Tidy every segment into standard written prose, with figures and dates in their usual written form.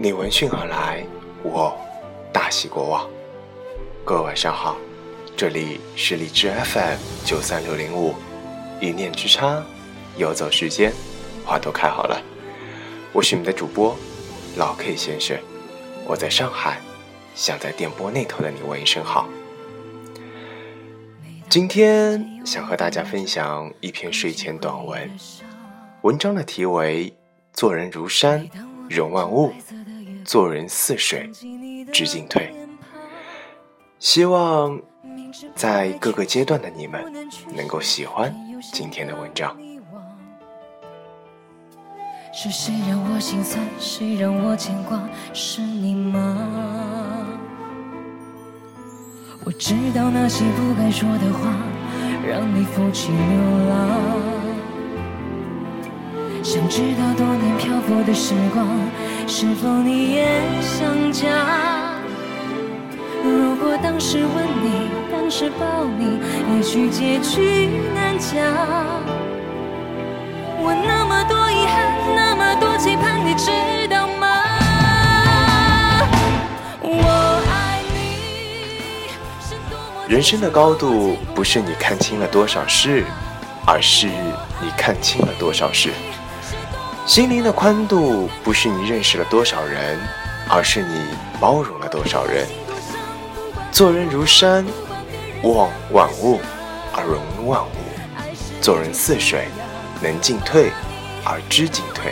你闻讯而来，我大喜过望。各位晚上好，这里是荔枝 FM 93605，一念之差，游走时间，花都开好了。我是你们的主播老 K 先生，我在上海，想在电波那头的你问一声好。今天想和大家分享一篇睡前短文，文章的题为做人如山，容万物，做人似水，知进退。希望在各个阶段的你们能够喜欢今天的文章。 是谁让我心酸，谁让我牵挂，是你吗？我知道那些不该说的话，让你负气流浪。想知道多年漂浮的时光，是否你也想家？如果当时吻你，当时抱你，也许结局难讲。我那么多遗憾，那么多期盼，你知道吗？我爱你是多么。 人生的高度不是你看清了多少事，而是你看清了多少事。心灵的宽度不是你认识了多少人，而是你包容了多少人。做人如山，望万物而容万物；做人似水，能进退而知进退。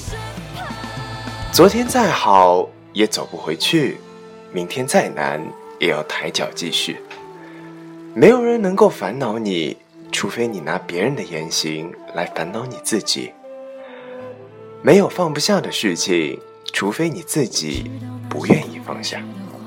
昨天再好也走不回去，明天再难也要抬脚继续。没有人能够烦恼你，除非你拿别人的言行来烦恼你自己。没有放不下的事情，除非你自己不愿意放下。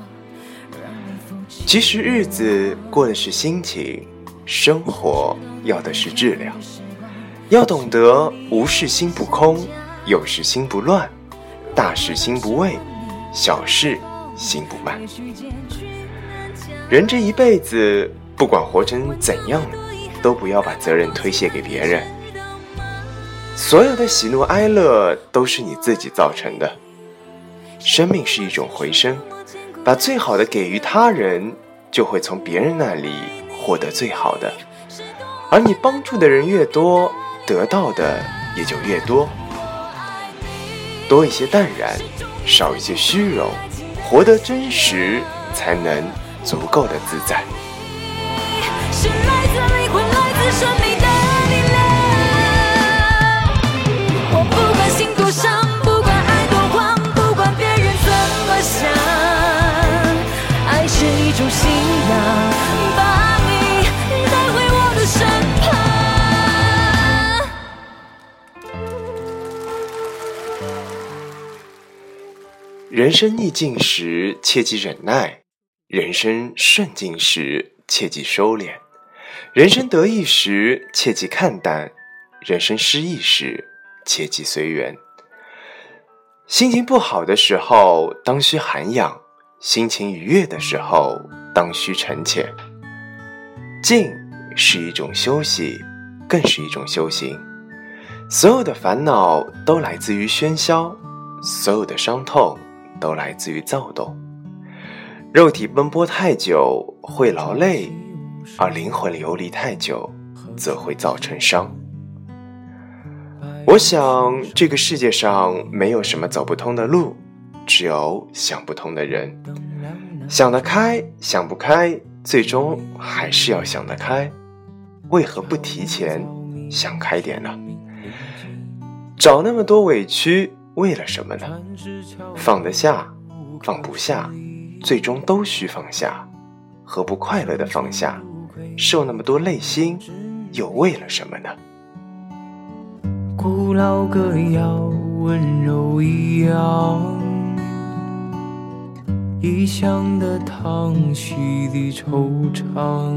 其实日子过的是心情，生活要的是质量。要懂得无事心不空，有事心不乱，大事心不畏，小事心不慢。人这一辈子，不管活成怎样，都不要把责任推卸给别人。所有的喜怒哀乐都是你自己造成的。生命是一种回声，把最好的给予他人，就会从别人那里获得最好的。而你帮助的人越多，得到的也就越多。多一些淡然，少一些虚荣，活得真实，才能足够的自在。 是来自灵魂，来自生命的力量。我不管心多伤，不管爱多慌，不管别人怎么想，爱是一种信仰，把你带回我的身旁。 人生逆境时切忌忍耐，人生顺境时切忌收敛，人生得意时切忌看淡，人生失意时切忌随缘。心情不好的时候当需涵养，心情愉悦的时候当需沉潜。静是一种休息，更是一种修行。所有的烦恼都来自于喧嚣，所有的伤痛都来自于躁动。肉体奔波太久会劳累，而灵魂游离太久则会造成伤。我想这个世界上没有什么走不通的路，只有想不通的人。想得开想不开，最终还是要想得开。为何不提前想开点呢？找那么多委屈为了什么呢？放得下放不下，最终都需放下。何不快乐的放下？受那么多累心又为了什么呢？ 古老歌谣温柔一样，异乡的唐溪的惆怅，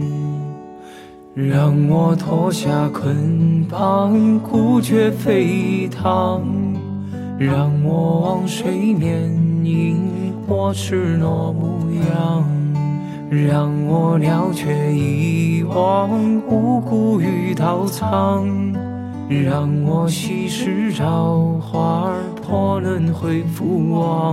让我脱下捆绑，孤绝飞腾，让我往水面迎我赤裸模样，让我了却遗忘无辜与刀藏，让我稀释着花儿破轮回复往。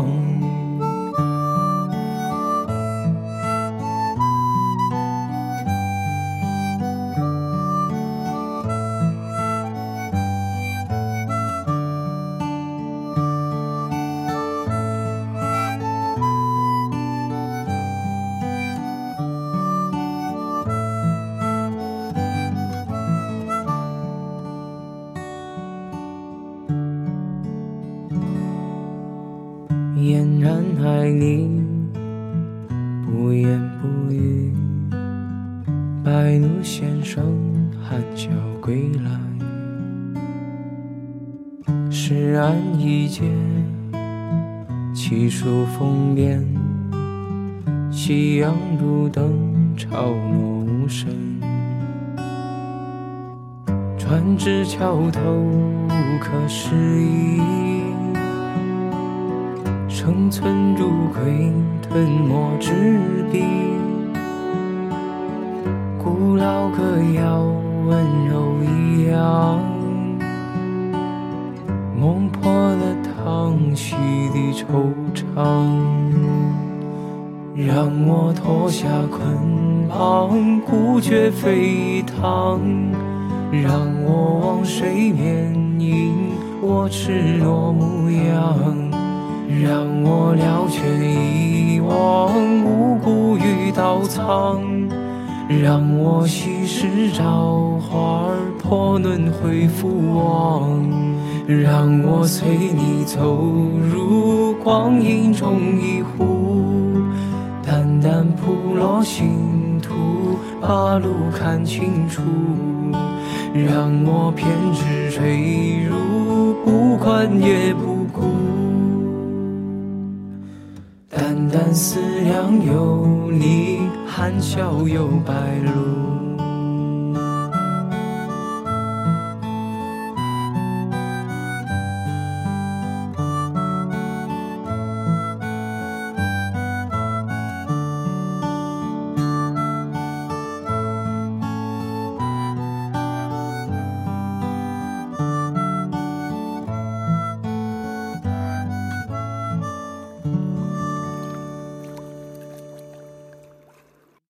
俨然爱你，不言不语。白鹿先生含笑归来，诗案一节，奇书封边。夕阳如灯，潮落无声。船至桥头，无可思议。生存如鬼，吞没纸笔。古老歌谣，温柔一样，梦破了汤，洗涤惆怅。让我脱下捆绑，孤绝沸腾。让我往水面迎我赤裸模样。让我了却遗忘，无辜与刀藏。让我稀释朝花，破轮回复往。让我随你走入光阴中一壶，淡淡铺落星途，把路看清楚。让我偏执坠入，不管也不顾。淡淡思量有你，含笑有白鹭。